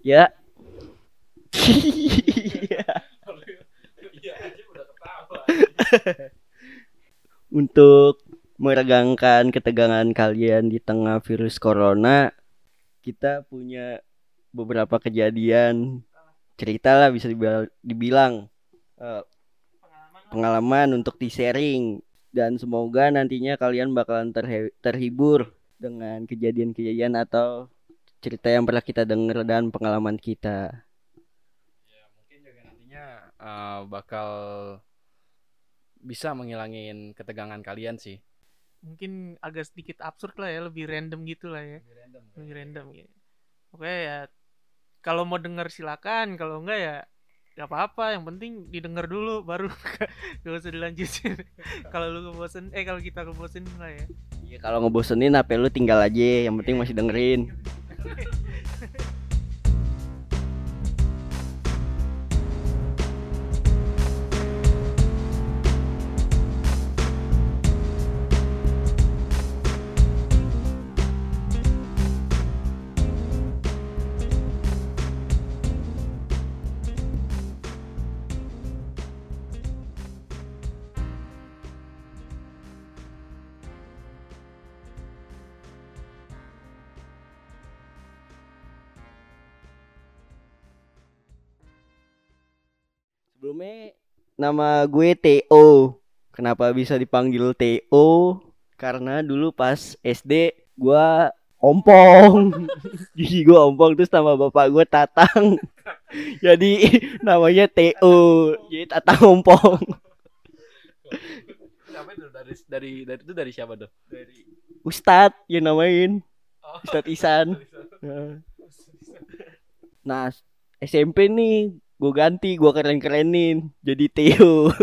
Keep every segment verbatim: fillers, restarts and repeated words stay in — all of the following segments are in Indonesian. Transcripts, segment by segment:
Ya. Untuk meregangkan ketegangan kalian di tengah virus corona, kita punya beberapa kejadian cerita lah bisa dibilang uh, pengalaman untuk di-sharing, dan semoga nantinya kalian bakalan terhe- terhibur dengan kejadian-kejadian atau cerita yang pernah kita dengar dan pengalaman kita. Ya, mungkin juga nantinya uh, bakal bisa menghilangin ketegangan kalian sih. Mungkin agak sedikit absurd lah ya, lebih random gitu lah ya. Lebih random. Lebih random gitu. Oke ya, kalau mau denger silakan, kalau enggak ya gak apa-apa, yang penting didengar dulu baru gak usah dilanjutin. Kalau lu kebosen, eh kalau kita kebosen lah ya. Iya, kalau ngebosenin H P lu tinggal aja, yang penting masih dengerin. Sebelumnya nama gue Theo. Kenapa bisa dipanggil Theo? Karena dulu pas S D gue ompong. Gigi gue ompong, terus nama bapak gue Tatang. Jadi namanya Theo. Jadi Tatang ompong. Siapa itu dari dari dari itu dari siapa tuh? Dari Ustadz yang namain. Ustadz Isan. Nah, S M P nih gue ganti, gue keren-kerenin jadi Theo.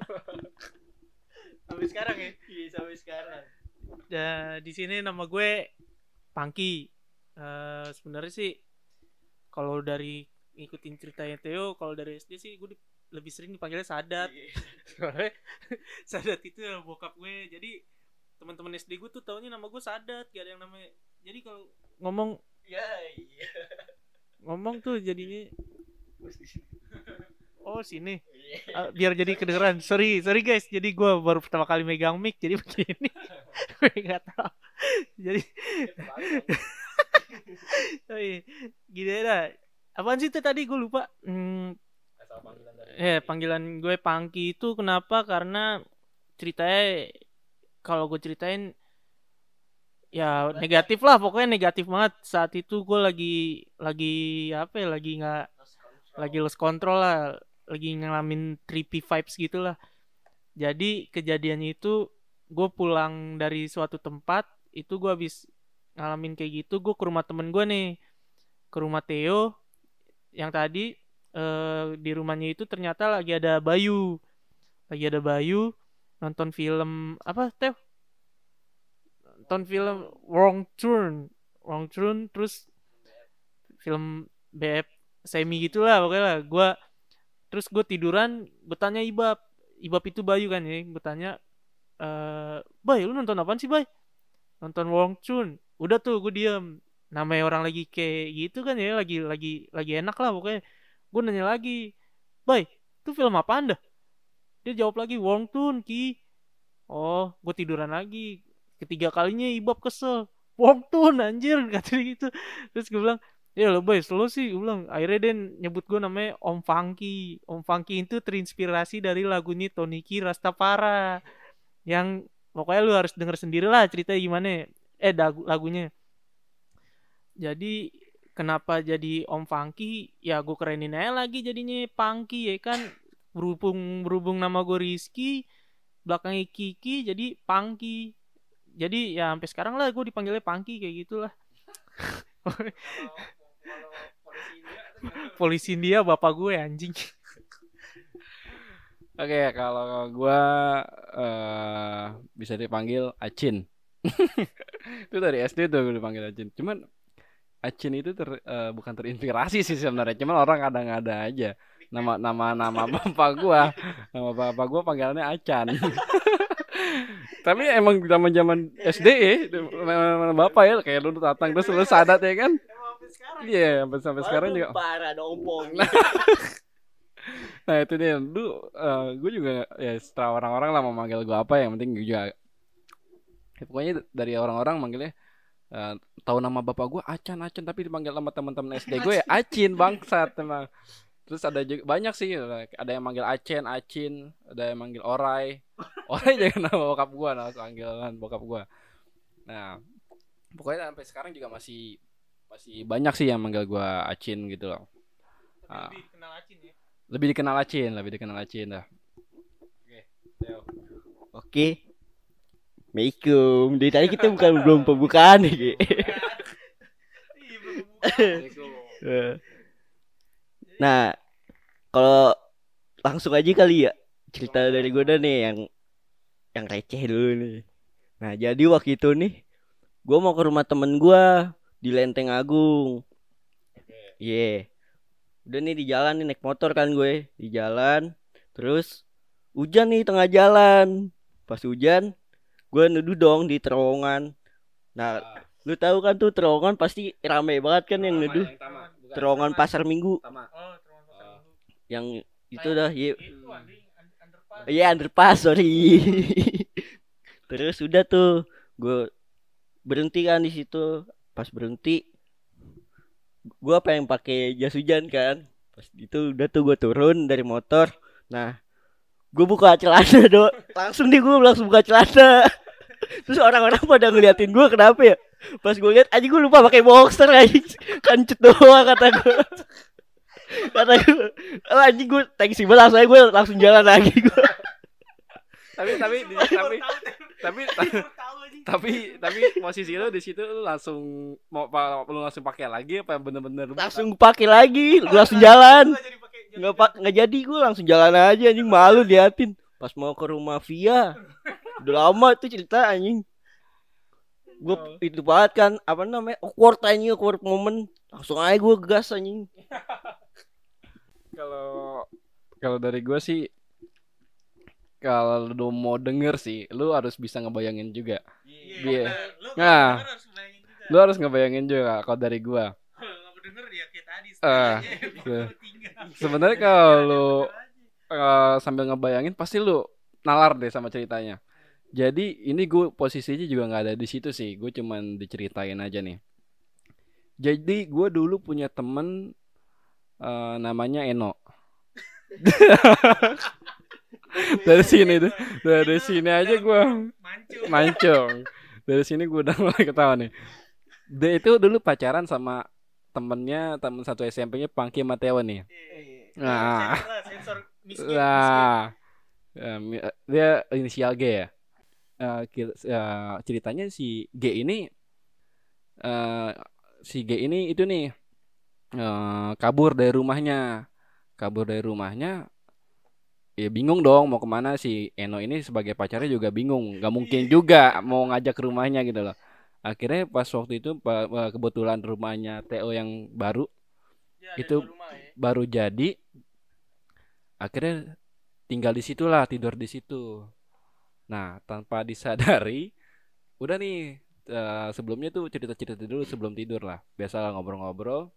Sampai sekarang ya? Iya, sampai sekarang. Ya, di sini nama gue Pangki. Uh, sebenarnya sih kalau dari ngikutin ceritanya Theo, kalau dari S D sih gue di, lebih sering dipanggilnya Sadat. Soalnya Sadat itu bokap gue. Jadi teman-teman S D gue tuh taunya nama gue Sadat, gak ada yang namanya. Jadi kalau ngomong ya iya. Ngomong tuh jadinya oh sini uh, biar jadi kedengeran. Sorry sorry guys, jadi gue baru pertama kali megang mic jadi begini. Gue nggak tahu jadi oh, iya. Gini dah, apaan sih itu tadi gue lupa. hmm, eh panggilan gue Pangki itu kenapa, karena ceritanya kalau gue ceritain ya negatif lah, pokoknya negatif banget. Saat itu gue lagi lagi apa ya, lagi nggak lagi lost control lah, lagi ngalamin trippy vibes gitulah. Jadi kejadiannya itu gue pulang dari suatu tempat, itu gue habis ngalamin kayak gitu. Gue ke rumah temen gue nih, ke rumah Theo yang tadi. eh, di rumahnya itu ternyata lagi ada Bayu, lagi ada Bayu nonton film apa Theo? Nonton film Wrong Turn, Wrong Turn, terus film B F semi gitulah pokoknya lah. Gue terus gue tiduran, gue tanya Ibab, Ibab itu Bayu kan ya, gue tanya, eh Bay lu nonton apaan sih Bay? Nonton Wong Chun. Udah tuh gue diem, namanya orang lagi kayak gitu kan ya, lagi lagi lagi enak lah pokoknya. Gue nanya lagi, Bay itu film apaan dah? Dia jawab lagi Wong Chun ki. Oh gue tiduran lagi. Ketiga kalinya Ibab kesel, Wong Chun anjir katanya gitu. Terus gue bilang, ya lo boy, selalu sih gue bilang. Akhirnya dia nyebut gue namanya Om Funky. Om Funky itu terinspirasi dari lagunya Toniki Rastafara, yang pokoknya lu harus denger sendiri lah ceritanya gimana. Eh lagu, lagunya. Jadi kenapa jadi Om Funky? Ya gue kerenin aja lagi jadinya Funky ya kan. Berhubung berhubung nama gue Rizky, belakangnya Kiki, jadi Funky. Jadi ya sampai sekarang lah gue dipanggilnya Funky kayak gitulah. Polisi India bapak gue anjing. Oke, kalau gue uh, bisa dipanggil Acin. Itu dari S D tuh gue dipanggil Acin. Cuman Acin itu ter, uh, bukan terinspirasi sih sebenarnya. Cuman orang kadang-ada aja nama nama nama bapak gue, nama bapak gue panggilannya Acan. Tapi emang zaman-zaman S D ya, bapak ya kayak lu Tatang terus lu Sadat ya kan. Iya, sampai sampai sekarang Waduh, juga. parah dompong. Nah itu dia, dulu uh, gue juga ya setelah orang-orang lah mau manggil gue apa, yang penting gue juga ya, pokoknya dari orang-orang manggilnya uh, tahu nama bapak gue Acan Acan, tapi dipanggil sama teman-teman S D gue ya Acin bangsat emang. Terus ada juga banyak sih, ada yang manggil Acen, Acin, ada yang manggil Orai. Orai jangan nama bokap gue, nama panggilan bokap gue. Nah pokoknya sampai sekarang juga masih masih banyak sih yang manggil gue Acin gitu loh. Tapi lebih kenal Acin ya. Lebih dikenal Acin, lebih dikenal Acin dah. Oke, Theo. Oke. Assalamualaikum. Dari tadi kita bukan belum pembukaan nih. Ki. Iya, belum buka. Nah, kalau langsung aja kali ya cerita dari gue dah nih yang yang receh dulu nih. Nah, jadi waktu itu nih gue mau ke rumah temen gue di Lenteng Agung. Iya. Yeah. Udah nih di jalan nih naik motor kan gue di jalan, terus hujan nih tengah jalan. Pas hujan, gue neduh dong di terowongan. Nah, ah. Lu tahu kan tuh terowongan pasti rame banget kan yang neduh. Terowongan Pasar Minggu. Oh, terowongan Pasar Minggu. Yang itu dah, iya. Underpass. Iya, underpass, sorry. Terus udah tuh gue berhenti kan di situ. Pas berhenti, gue pengen pakai jas hujan kan. Pas itu udah tuh gue turun dari motor. Nah, gue buka celana do. Langsung nih gue langsung buka celana. Terus orang-orang pada ngeliatin gue, kenapa ya? Pas gue lihat aja gue lupa pakai boxer aja. Kancut doang kata gue. Kata gue, oh, anjing gue thanks banget, langsung aja gue langsung jalan lagi gue. Tapi tapi tapi tapi tapi tapi posisi lu di situ lu langsung mau lu langsung pakai lagi apa bener-bener langsung pakai lagi, lu langsung jalan. Nggak pak nggak jadi, gue langsung jalan aja anjing, malu liatin. Pas mau ke rumah Via, udah lama tuh cerita anjing. Gue itu banget kan, apa namanya, awkward anjing, awkward moment. Langsung aja gue gas anjing. Kalau kalau dari gue sih, kalau lu mau denger sih, lu harus bisa ngebayangin juga. Iya. Yeah. Yeah. Nah, lu harus ngebayangin juga kalau dari gue. Kalau nggak mau denger ya kayak tadi. Uh, sebenarnya kalau lu uh, sambil ngebayangin pasti lu nalar deh sama ceritanya. Jadi ini gue posisinya juga nggak ada di situ sih, gue cuman diceritain aja nih. Jadi gue dulu punya temen uh, namanya Eno. Dari sini tuh, dari sini aja gue mancung. Dari sini gue udah mulai ketawa nih. Dia itu dulu pacaran sama temennya, temen satu S M P-nya Pangki Mateo nih. Nah, nah, dia inisial G ya. Uh, uh, ceritanya si G ini, uh, si G ini itu nih uh, kabur dari rumahnya, kabur dari rumahnya. Ya bingung dong mau kemana, si Eno ini sebagai pacarnya juga bingung, nggak mungkin juga mau ngajak ke rumahnya gitu loh. Akhirnya pas waktu itu kebetulan rumahnya Theo yang baru ya, itu rumah, ya. Baru jadi, akhirnya tinggal di situ lah, tidur di situ. Nah tanpa disadari, udah nih uh, sebelumnya tuh cerita-cerita dulu sebelum tidur lah, biasa ngobrol-ngobrol,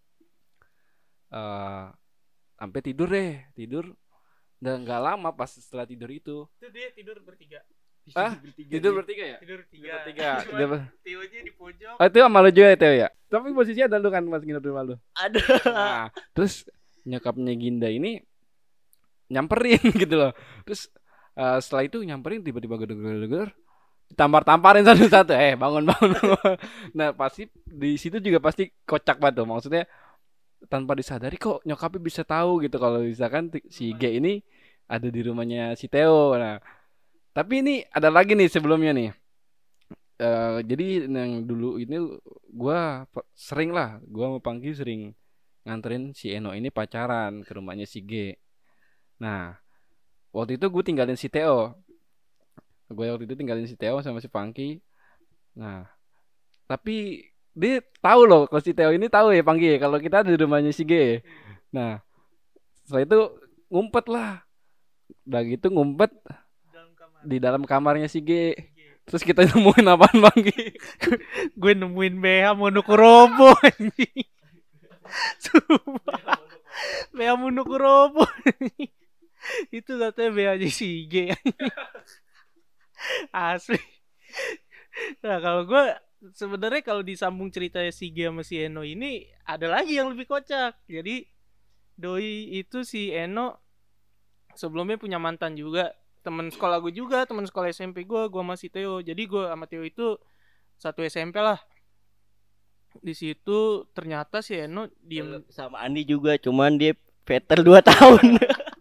uh, sampai tidur deh tidur. Dan nggak lama pas setelah tidur itu, itu dia tidur bertiga. Ah, tidur bertiga ya? Tidur bertiga. Bertiga. Theo-nya di pojok. Oh, itu sama lu juga ya, Theo ya? Tapi posisinya ada lu kan pas nginep di rumah lu. Ada. Nah, terus nyokapnya Ginda ini nyamperin gitu loh. Terus uh, setelah itu nyamperin tiba-tiba gedor-gedor, ditampar-tamparin satu-satu. Eh, bangun-bangun. Nah, pasti di situ juga pasti kocak banget tuh. Maksudnya tanpa disadari kok nyokapnya bisa tahu gitu kalau misalkan si G ini ada di rumahnya si Theo. Nah, tapi ini ada lagi nih sebelumnya nih. Uh, jadi yang dulu ini gue sering lah, gue sama Pangki sering nganterin si Eno ini pacaran ke rumahnya si G. Nah, waktu itu gue tinggalin si Theo. Gue waktu itu tinggalin si Theo sama si Pangki. Nah, tapi dia tahu loh kalau si Theo ini tahu ya Pangki kalau kita ada di rumahnya si G. Nah setelah itu ngumpet lah, udah gitu ngumpet dalam di dalam kamarnya si G. Terus kita nemuin apaan Pangki? Gue nemuin B H mau nuker robo. Sumpah. Bea Munukurobo. Itu katanya Bea si G. Asli. Nah kalau gue sebenarnya kalau disambung ceritanya si G sama si Eno ini ada lagi yang lebih kocak. Jadi doi itu si Eno sebelumnya punya mantan juga, teman sekolah gue juga, teman sekolah S M P gue, gue sama si Theo. Jadi gue sama Theo itu satu S M P lah. Di situ ternyata si Eno diem sama Andi juga, cuman dia veter dua tahun.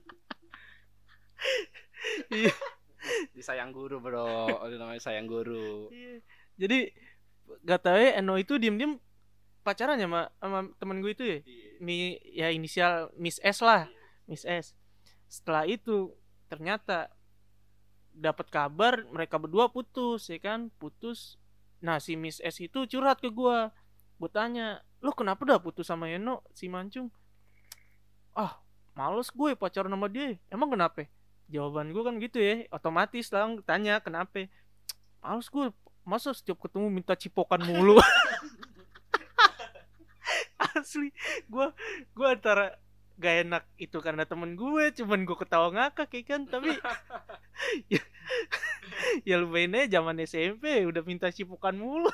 Di sayang guru bro, itu namanya sayang guru. Jadi gak tau ya Eno itu diem-diem pacaran ya sama, sama temen gue itu ya, Mi, ya inisial Miss S lah, Miss S. Setelah itu ternyata dapat kabar mereka berdua putus ya kan, putus. Nah si Miss S itu curhat ke gue, gue tanya, lu kenapa udah putus sama Eno si Mancung? Ah males gue pacaran sama dia. Emang kenapa? Jawaban gue kan gitu ya, otomatis lah tanya kenapa. Males gue, masa setiap ketemu minta cipokan mulu. Asli gue gue antara gak enak itu karena temen gue, cuman gue ketawa ngakak ya kan. Tapi ya, ya lu mainnya zaman S M P udah minta cipokan mulu.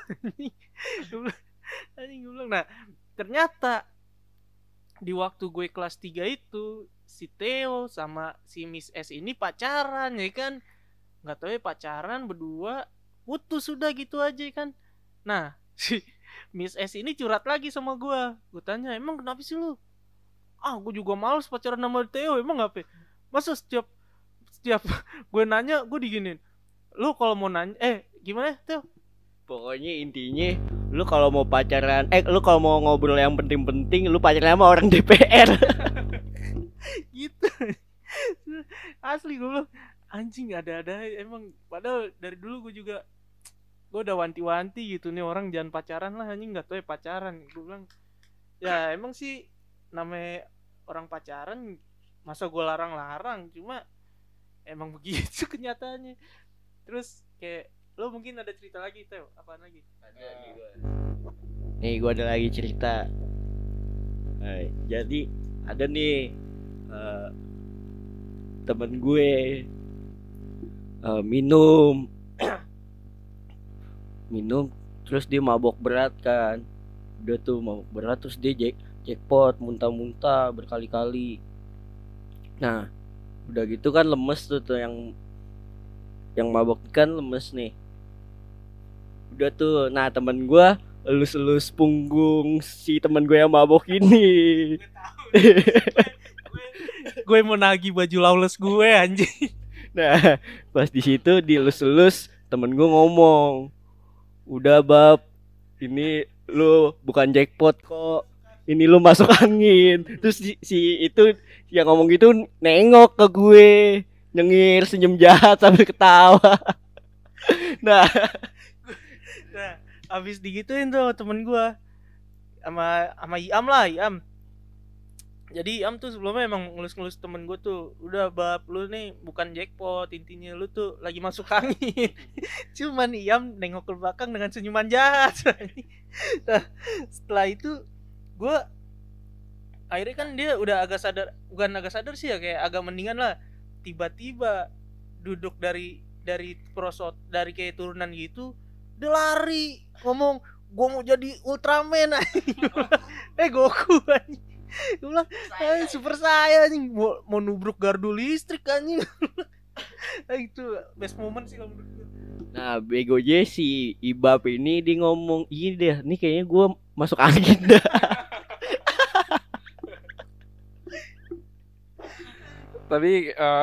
Anjing gue bilang. Nah ternyata di waktu gue kelas tiga itu si Theo sama si Miss S ini pacaran ya kan. Gak tau ya pacaran berdua, putus sudah gitu aja kan. Nah si Miss S ini curhat lagi sama gue. Gue tanya, emang kenapa sih lu? Ah gue juga males pacaran sama Theo. Emang ngapa? Masa setiap Setiap gue nanya gue diginin, lu kalau mau nanya eh gimana Theo? Pokoknya intinya lu kalau mau pacaran, eh lu kalau mau ngobrol yang penting-penting, lu pacaran sama orang D P R. Gitu. Asli gue bilang anjing ada-ada emang. Padahal dari dulu gue juga gue udah wanti-wanti gitu nih orang jangan pacaran lah anjing, nggak tahu ya pacaran. Gue bilang ya emang sih namanya orang pacaran masa gue larang-larang, cuma emang begitu kenyataannya. Terus kayak lo mungkin ada cerita lagi Theo, apaan lagi? Ada nih gue. Nih gue ada lagi cerita. Nah, jadi ada nih uh, temen gue uh, minum minum terus dia mabok berat kan. Udah tuh mabok berat terus dia jack, jackpot muntah-muntah berkali-kali. Nah udah gitu kan lemes tuh, tuh yang yang mabok kan lemes nih. Udah tuh, nah temen gue elus-elus punggung si temen gue yang mabok ini. Gue mau nagih baju lawless gue anjing. Nah pas di situ dielus-elus temen gue ngomong, udah bab ini lu bukan jackpot kok, ini lu masuk angin. Terus si, si itu yang ngomong gitu nengok ke gue, nyengir senyum jahat sambil ketawa. Nah nah abis digituin tuh temen gue sama sama Iam lah Iam. Jadi Iam tuh sebelumnya emang ngelus-ngelus temen gue tuh, udah bab lu nih bukan jackpot, intinya lu tuh lagi masuk angin. Cuman Iam nengok ke belakang dengan senyuman jahat. Nah setelah itu gue akhirnya kan dia udah agak sadar, bukan agak sadar sih ya, kayak agak mendingan lah. Tiba-tiba duduk dari dari prosot dari kayak turunan gitu, dia lari ngomong gue mau jadi Ultraman. Eh Goku anjing. Gue bilang eh, super saya anjing, mau, mau nubruk gardu listrik anjing. Nah, itu best moment sih kalau menurut gue. Nah begonya si Ibab ini dia ngomong, iya deh nih kayaknya gue masuk angin dah. Tapi uh,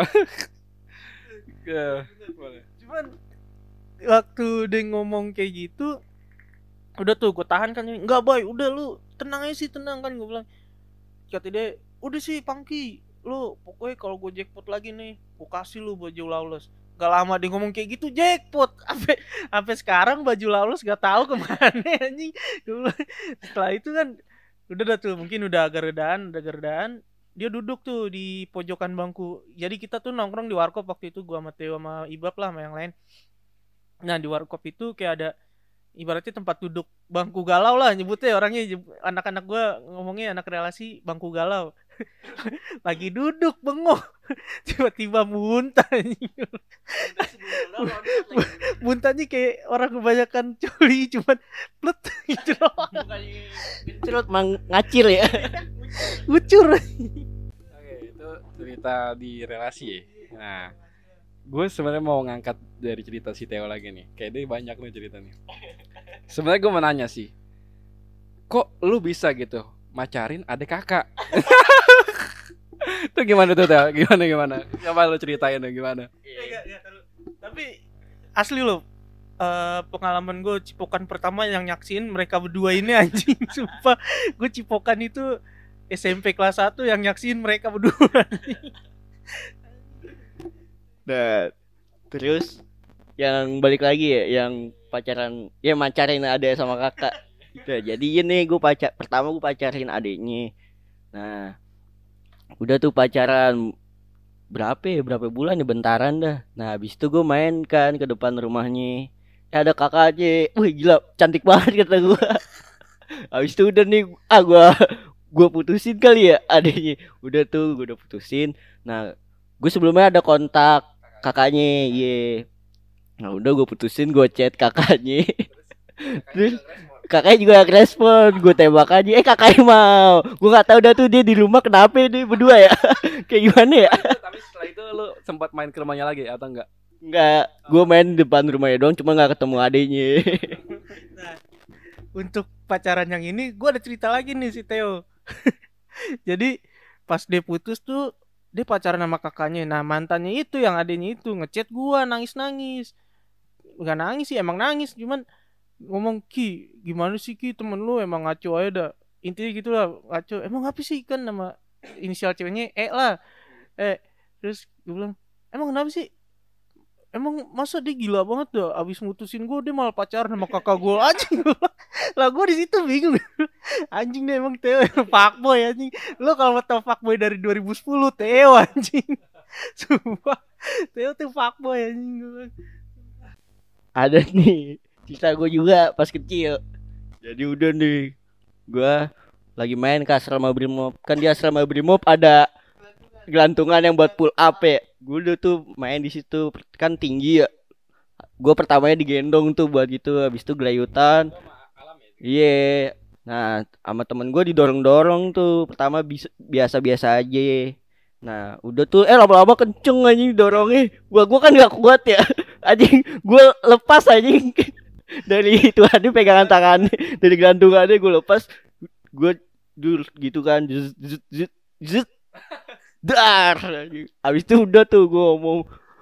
cuman waktu dia ngomong kayak gitu, udah tuh gue tahan kan, enggak boy udah lu tenang aja sih, tenang kan gue bilang. Kata dia udah sih Pangki, lu pokoknya kalau gue jackpot lagi nih gue kasih lu baju lawless. Gak lama dia ngomong kayak gitu jackpot, sampai sampai sekarang baju lawless gak tahu kemana anjing. Setelah itu kan udah dah tuh mungkin udah agak redaan, udah agak redaan. Dia duduk tuh di pojokan bangku. Jadi kita tuh nongkrong di warkop waktu itu, gua sama Theo sama Ibab lah sama yang lain. Nah di warkop itu kayak ada ibaratnya tempat duduk bangku galau lah nyebutnya orangnya, anak-anak gue ngomongnya anak relasi bangku galau. Lagi duduk bengong tiba-tiba muntah. Muntahnya kayak orang kebanyakan coli cuman plet gitu doang. Terus mang ngacir ya. Ucur. Oke, itu cerita di relasi ya. Nah, gue sebenarnya mau ngangkat dari cerita si Theo lagi nih. Kayak dia banyak nih cerita nih. Sebenarnya gue mau nanya sih, kok lu bisa gitu macarin adik kakak? Itu gimana tuh Theo? Gimana gimana? Coba lu ceritain deh gimana? Iya, iya, tapi asli lo, uh, pengalaman gue cipokan pertama yang nyaksin mereka berdua ini anjing. Sumpah, gue cipokan itu S M P kelas satu yang nyaksin mereka berdua. Nah, terus yang balik lagi ya, yang pacaran, ya macarin adek sama kakak. Nah, jadi ini gue pacar pertama gue pacarin adeknya. Nah, udah tuh pacaran berapa ya, berapa bulan ya, bentaran dah. Nah, habis itu gue main kan ke depan rumahnya. Ya ada kakaknya. Wih gila, cantik banget kata gue. Habis itu udah nih, ah gue gue putusin kali ya adeknya. Udah tuh gue udah putusin. Nah, gue sebelumnya ada kontak kakaknya, ye. Nah udah gue putusin, gue chat kakaknya. Terus kakaknya juga gak respon, gue tembak aja, eh kakaknya mau. Gue gak tahu dah tuh dia di rumah kenapa dia berdua ya. Kayak gimana ya. Tapi setelah itu lu sempat main ke rumahnya lagi atau enggak? Enggak, gue main depan rumahnya doang, cuma gak ketemu adeknya. Nah, untuk pacaran yang ini gue ada cerita lagi nih si Theo. Jadi pas dia putus tuh dia pacaran sama kakaknya. Nah mantannya itu yang adeknya itu ngechat gue nangis-nangis. Gak nangis sih, emang nangis, cuman ngomong, Ki gimana sih Ki, temen lu emang ngaco aja dah. Intinya gitu lah, ngaco. Emang apa sih, kan nama inisial ceweknya E lah. Eh terus gue bilang, emang kenapa sih? Emang masa dia gila banget dah, abis mutusin gue dia malah pacaran sama kakak gue. Anjing. Lah gue di situ bingung. Anjing deh emang Theo fuckboy anjing. Lo kalau tau fuckboy dari dua ribu sepuluh Theo anjing. Sumpah Theo tuh fuckboy anjing. Ada nih cerita gue juga pas kecil. Jadi udah nih, gue lagi main ke asrama Brimob. Kan di asrama Brimob ada gelantungan yang buat pull up ya. Gue udah tuh main di situ, kan tinggi ya. Gue pertamanya digendong tuh buat gitu, habis itu gelayutan. Iya. Yeah. Nah, sama temen gue didorong-dorong tuh. Pertama bis- biasa-biasa aja. Nah, udah tuh eh lama-lama kenceng anjing dorongnya. Gua gua kan gak kuat ya. Anjing, gue lepas anjing. Dari itu ada pegangan tangannya, dari gelantungannya gue lepas. Gue dulu gitu kan, zut zut zut zut. Dar. Habis itu udah tuh gue ngomong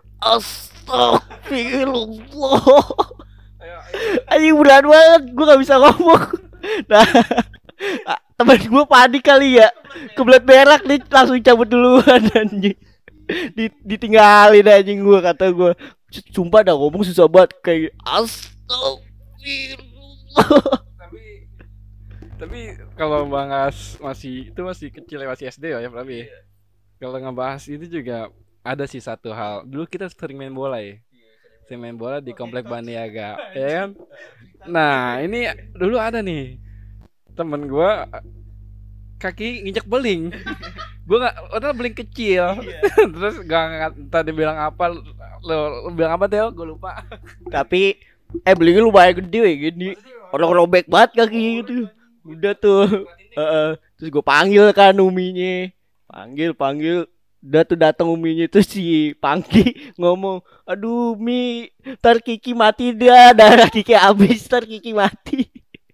astagfirullah. Anjing berat banget, gue gak bisa ngomong. Nah, teman gue panik kali ya, kebelet berak nih, langsung cabut duluan anjing. Ditinggalin anjing gue, kata gue sumpah dah ngomong susah banget kayak astagfirullah. Tapi tapi kalau bahas masih itu masih kecil ya, masih S D ya tapi kalau ngebahas itu juga ada sih satu hal. Dulu kita sering main bola ya. Sering main bola di komplek Baniaga, ya kan? Nah, ini dulu ada nih temen gue kaki nginjek beling. Gue nggak, udah beling kecil. Terus gak tadi bilang apa, lo, lo bilang apa Theo? Gue lupa. Tapi eh belingnya lumayan gede ya gini. Orang robek banget kaki gitu. Udah tuh. Uh, terus gue panggil kan uminya. Panggil panggil. Udah tuh datang uminya tuh si Pangki ngomong, aduh Mi, ntar Kiki mati dah, darah Kiki habis, ntar Kiki mati.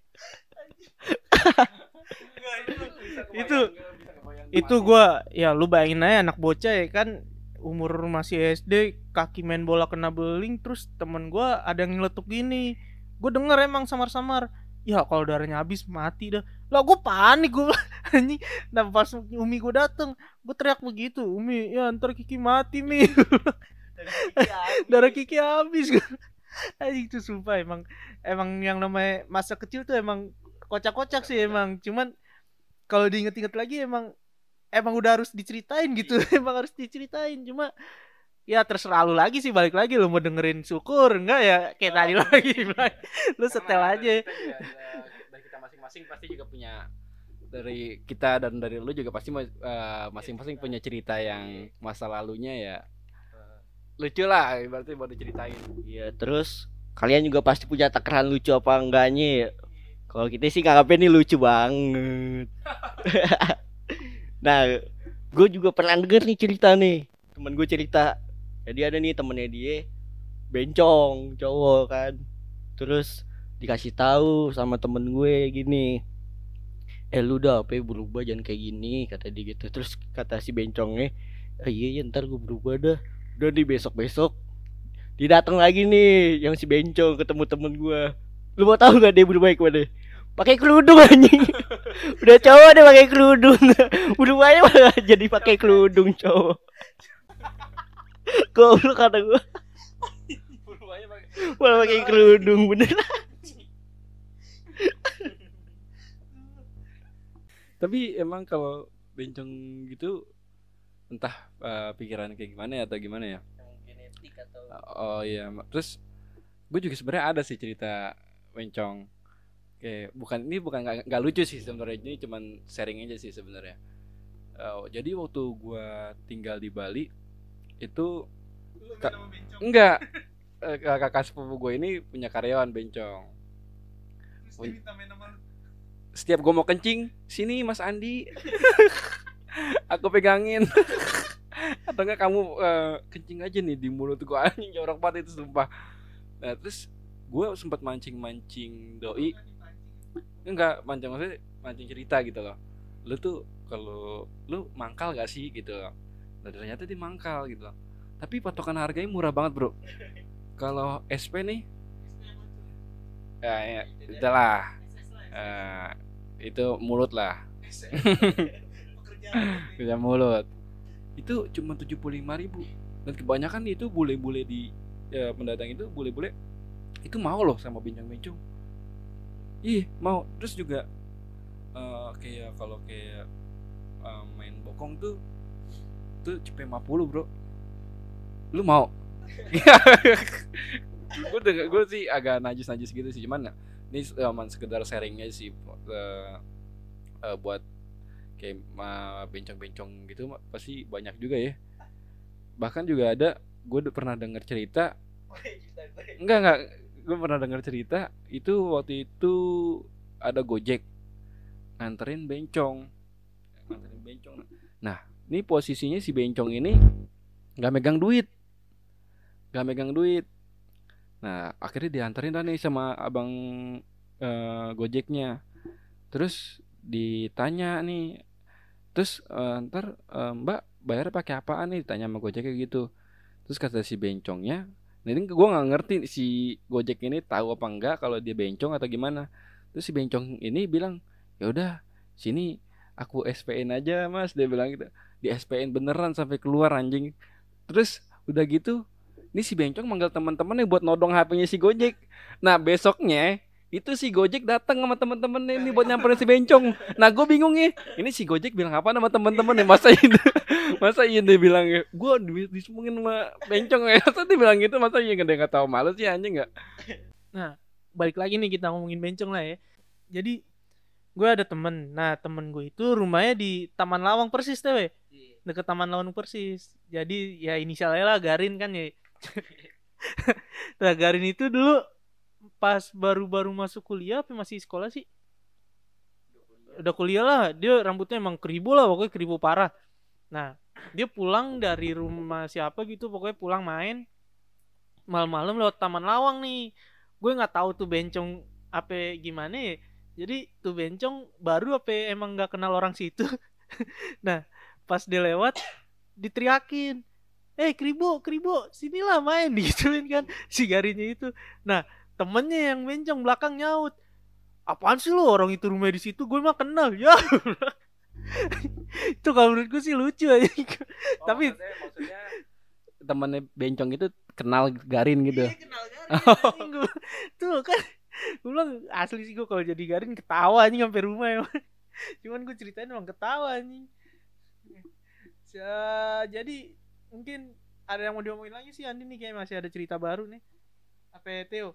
itu itu gue ya lu bayangin aja anak bocah ya kan, umur masih S D, kaki main bola kena beling, terus temen gue ada yang nyeletuk gini, gue denger emang samar-samar, ya kalau darahnya habis mati dah. Lah gue panik gue anjing. Nah pas Umi gue dateng, gue teriak begitu, Umi ya ntar Kiki mati Mi. Darah Kiki habis. Anjing itu sumpah emang emang yang namanya masa kecil tuh emang kocak-kocak sih emang. Cuman kalau diinget-inget lagi emang emang udah harus diceritain gitu. Emang harus diceritain. Cuma Ya terserah lu lagi sih, balik lagi lu mau dengerin syukur enggak ya kayak tadi lagi lu setel Karena aja. kita juga, eh, dari kita masing-masing pasti juga punya, dari kita dan dari lu juga pasti uh, masing-masing punya cerita yang masa lalunya ya lucu lah, berarti baru diceritain. Iya, terus kalian juga pasti punya takaran lucu apa enggaknya ya. Kalau kita sih nganggapnya ini lucu banget. Nah, gue juga pernah denger nih cerita nih. Temen gue cerita. Jadi ada nih temennya dia bencong cowok kan. Terus dikasih tahu sama temen gue gini, eh lu udah apa ya, berubah jangan kayak gini, kata dia gitu. Terus kata si bencongnya, ah, iya ya ntar gue berubah dah. Udah di besok-besok dia datang lagi nih yang si bencong ketemu temen gue. Lu mau tahu gak dia berubah kemana? Pakai kerudung anjing. Udah cowok dia pakai kerudung. Berubahnya malah jadi pakai kerudung cowok. Goblok kata gue. Berubahnya pakai Malah pakai kerudung bener. Tapi emang kalau bencong gitu entah uh, pikiran kayak gimana ya atau gimana ya. Genetik atau Oh iya, terus gue juga sebenarnya ada sih cerita bencong. Kayak bukan ini bukan nggak lucu sih sebenarnya, ini cuman sharing aja sih sebenarnya. Uh, jadi waktu gue tinggal di Bali itu ka- enggak uh, kakak sepupu gue ini punya karyawan bencong. Setiap gue mau kencing, sini Mas Andi, aku pegangin. Atau enggak kamu uh, kencing aja nih di mulut gue, anjing jorok banget itu sumpah. Nah terus gue sempat mancing-mancing doi, enggak mancing maksudnya mancing cerita gitu loh. Lu tuh kalau lu mangkal gak sih gitu loh. Nah ternyata dia mangkal gitu loh. Tapi patokan harganya murah banget bro. Kalau S P nih, ya, ya itulah, uh, itu mulut lah. Kerja mulut. Itu cuma tujuh puluh lima ribu. Dan kebanyakan itu bule-bule di ya, pendatang itu bule-bule itu mau loh sama bencong-bencong. Ih mau. Terus juga uh, kayak kalau kayak uh, main bokong tuh tuh cepet lima puluh bro. Lu mau? Gue gue sih agak najis-najis gitu sih, cuman ini cuma sekedar sharingnya sih uh, uh, buat kayak uh, bencong-bencong gitu pasti banyak juga ya. Bahkan juga ada, gue pernah dengar cerita, enggak enggak, gue pernah dengar cerita itu waktu itu ada Gojek nganterin bencong, nganterin bencong. Nah, ini posisinya si bencong ini nggak megang duit, nggak megang duit. Nah, akhirnya dianterin dah nih sama abang uh, Gojeknya. Terus ditanya nih, terus uh, ntar uh, Mbak bayar pakai apaan nih? Ditanya sama Gojek kayak gitu. Terus kata si bencongnya, nah ini gue nggak ngerti si Gojek ini tahu apa enggak kalau dia bencong atau gimana. Terus si bencong ini bilang, ya udah sini aku S P N aja mas, dia bilang gitu. Di S P N beneran sampai keluar anjing. Terus udah gitu, ini si bencong manggil teman-temannya buat nodong H P-nya si Gojek. Nah besoknya itu si Gojek datang sama teman-temannya ini buat nyamperin si bencong. Nah gue bingung nih, ini si Gojek bilang apa sama teman-temannya? Masa ini, masa iya dia bilang gue disumungin sama bencong ya? Masa dia bilang gitu? Masa iya dia nggak tahu malu sih anjing nggak? Nah balik lagi nih kita ngomongin bencong lah ya. Jadi gue ada temen, nah temen gue itu rumahnya di Taman Lawang Persis tuh, we. Deket Taman Lawang Persis. Jadi ya inisialnya lah Garin kan ya. Nah Garin itu dulu pas baru-baru masuk kuliah apa masih sekolah sih? Udah kuliah lah. Dia rambutnya emang keribu lah, pokoknya keribu parah. Nah dia pulang dari rumah siapa gitu, pokoknya pulang main malam-malam lewat Taman Lawang nih. Gue nggak tahu tuh bencong apa gimana ya. Jadi tuh bencong baru apa emang nggak kenal orang situ. Nah pas dia lewat diteriakin, eh Kribo, Kribo, sinilah main digituin kan si Garinnya itu. Nah temennya yang bencong belakang nyaut, apaan sih lo, orang itu rumah di situ, gue mah kenal ya. Itu kalau menurut gue sih lucu aja. Oh, tapi maksudnya, maksudnya temennya bencong itu kenal Garin gitu. Iya kenal Garin. Oh. Tuh kan gue bilang asli sih gue kalau jadi Garin ketawa anjing sampai rumah emang. Cuman gue ceritain emang ketawa anjing. Ya, jadi mungkin ada yang mau diomongin lagi sih Andi nih, kayak masih ada cerita baru nih. Apa ya, Theo?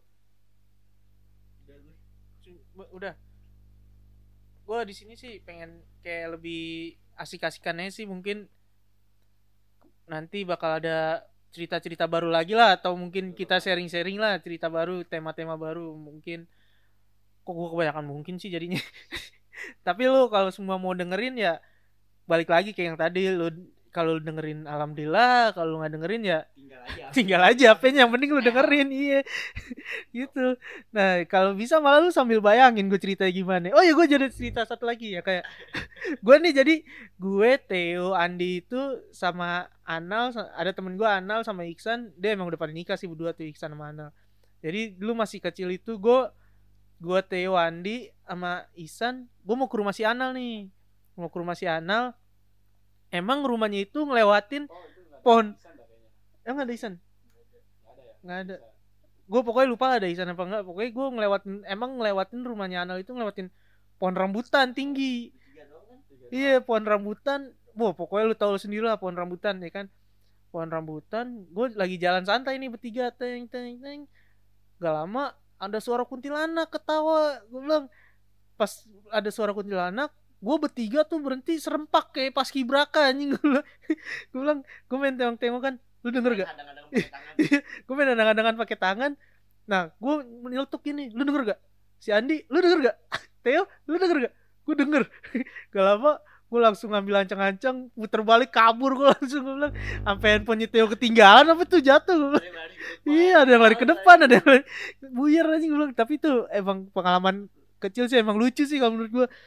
Udah. Gue di sini sih pengen kayak lebih asik-asikannya sih, mungkin nanti bakal ada cerita-cerita baru lagi lah, atau mungkin kita sharing-sharing lah cerita baru, tema-tema baru mungkin. Kok gue kebanyakan mungkin sih jadinya. Tapi lu kalau semua mau dengerin ya balik lagi kayak yang tadi, lu kalau dengerin alhamdulillah, kalau nggak dengerin ya tinggal aja. tinggal aja H P-nya, yang penting lu dengerin. Iya. Gitu. Nah, kalau bisa malah lu sambil bayangin gue cerita gimana. Oh ya, gue jadi cerita satu lagi ya, kayak gue nih, jadi gue, Theo, Andi itu sama Anal, ada temen gue Anal sama Iksan, dia emang udah pada nikah sih berdua tuh, Iksan sama Anal. Jadi dulu masih kecil itu gue gue Theo, Andi sama Ihsan, gue mau ke rumah si Anal nih. Mau ke rumah si Anal. Emang rumahnya itu ngelewatin pohon. Emang ada Ihsan? Nggak ada. Gue pokoknya lupa ada Ihsan apa enggak. Pokoknya gue ngelewatin, emang ngelewatin rumahnya Anal itu ngelewatin pohon rambutan tinggi. Iya, pohon rambutan. Wah, pokoknya lu tahu sendiri lah pohon rambutan ya kan. Pohon rambutan. Gue lagi jalan santai nih bertiga, teng teng teng. Gak lama ada suara kuntilanak ketawa. Gue bilang, pas ada suara kuntilanak, gue bertiga tuh berhenti serempak kayak pas kibraka anjing. Gue bilang, gue main tengok-tengok kan, lu denger gak? Gue main adang-adangan pakai tangan. Nah, gue nyeletuk gini, lu denger gak? Si Andi, lu denger gak? Theo, lu denger gak? Gue denger. Gak lama gue langsung ngambil ancang-ancang, puter balik kabur. Gue langsung, gue bilang, sampai handphonenya Theo ketinggalan apa tuh, jatuh. Iya, ada yang lari ke depan, ada yang lari buyar anjing. Gue bilang, tapi itu emang pengalaman kecil sih, emang lucu sih kalau menurut gue.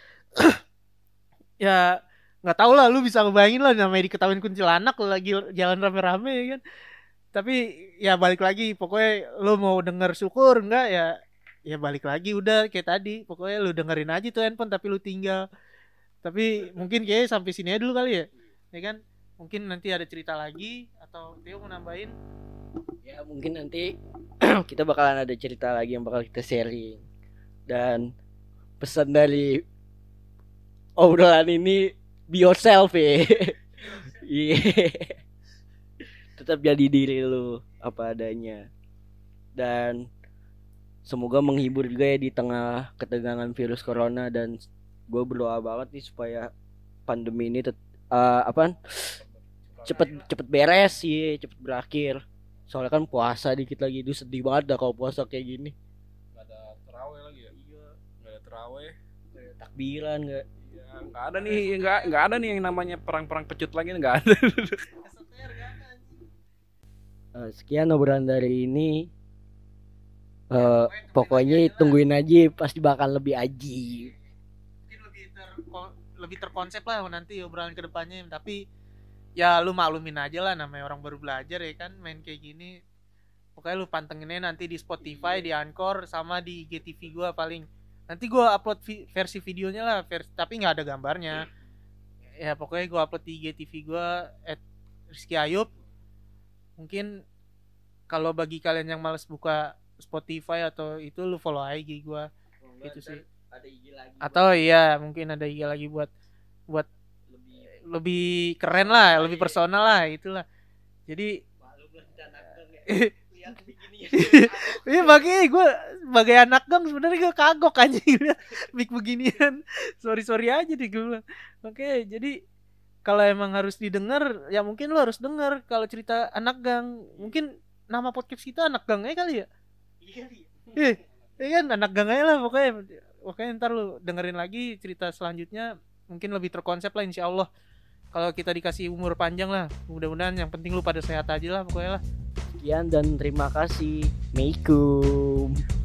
Ya nggak tahu lah, lu bisa ngebayangin lah namanya diketawain kuntilanak lagi jalan rame-rame ya kan. Tapi ya balik lagi, pokoknya lu mau denger syukur, enggak ya ya balik lagi udah kayak tadi, pokoknya lu dengerin aja tuh handphone tapi lu tinggal. Tapi mungkin kayak sampai sini aja dulu kali ya, ya kan? Mungkin nanti ada cerita lagi, atau Theo mau nambahin? Ya mungkin nanti kita bakalan ada cerita lagi yang bakal kita sharing. Dan pesan dari obrolan ini, be yourself ya. Iya. Tetap jadi diri lu apa adanya. Dan semoga menghibur juga ya di tengah ketegangan virus corona. Dan gue berdoa banget nih supaya pandemi ini tet- uh, apaan? cepet cepet beres sih, cepet berakhir. Soalnya kan puasa dikit lagi, itu sedih banget dah kalau puasa kayak gini. Gak ada terawih lagi ya? Iya. Gak ada terawih. Gak ada takbiran, gak. Ya, gak ada nih, gak, gak ada nih yang namanya perang-perang pecut lagi, gak ada. Uh, sekian obrolan dari ini. Uh, pokoknya tungguin aja, pasti bakal lebih aji. Mungkin lebih ter lebih terkonsep lah nanti obrolan kedepannya. Tapi ya lu maklumin aja lah, namanya orang baru belajar ya kan, main kayak gini. Pokoknya lu pantenginnya nanti di Spotify, di Anchor, sama di I G T V gue paling. Nanti gue upload vi- versi videonya lah, versi, tapi nggak ada gambarnya. Ya pokoknya gue upload di I G T V gue at Rizky Ayub. Mungkin kalau bagi kalian yang malas buka Spotify atau itu, lu follow I G gue. Oh, itu sih. Ada I G lagi. Atau iya mungkin ada I G lagi buat buat lebih, lebih keren lah, lebih personal lah, itulah. Jadi iya, bagi gue sebagai anak gang sebenarnya gue kagok anjing mik beginian. Sorry sorry aja deh gue bilang. Oke, jadi kalau emang harus didengar ya mungkin lu harus dengar. Kalau cerita anak gang, mungkin nama podcast kita anak gang aja kali ya. Iya iya. Iya kan, anak gang aja lah pokoknya. Pokoknya ntar lu dengerin lagi cerita selanjutnya, mungkin lebih terkonsep lah insya Allah. Kalau kita dikasih umur panjang lah, mudah-mudahan. Yang penting lu pada sehat aja lah pokoknya lah. Sekian dan terima kasih. Assalamualaikum.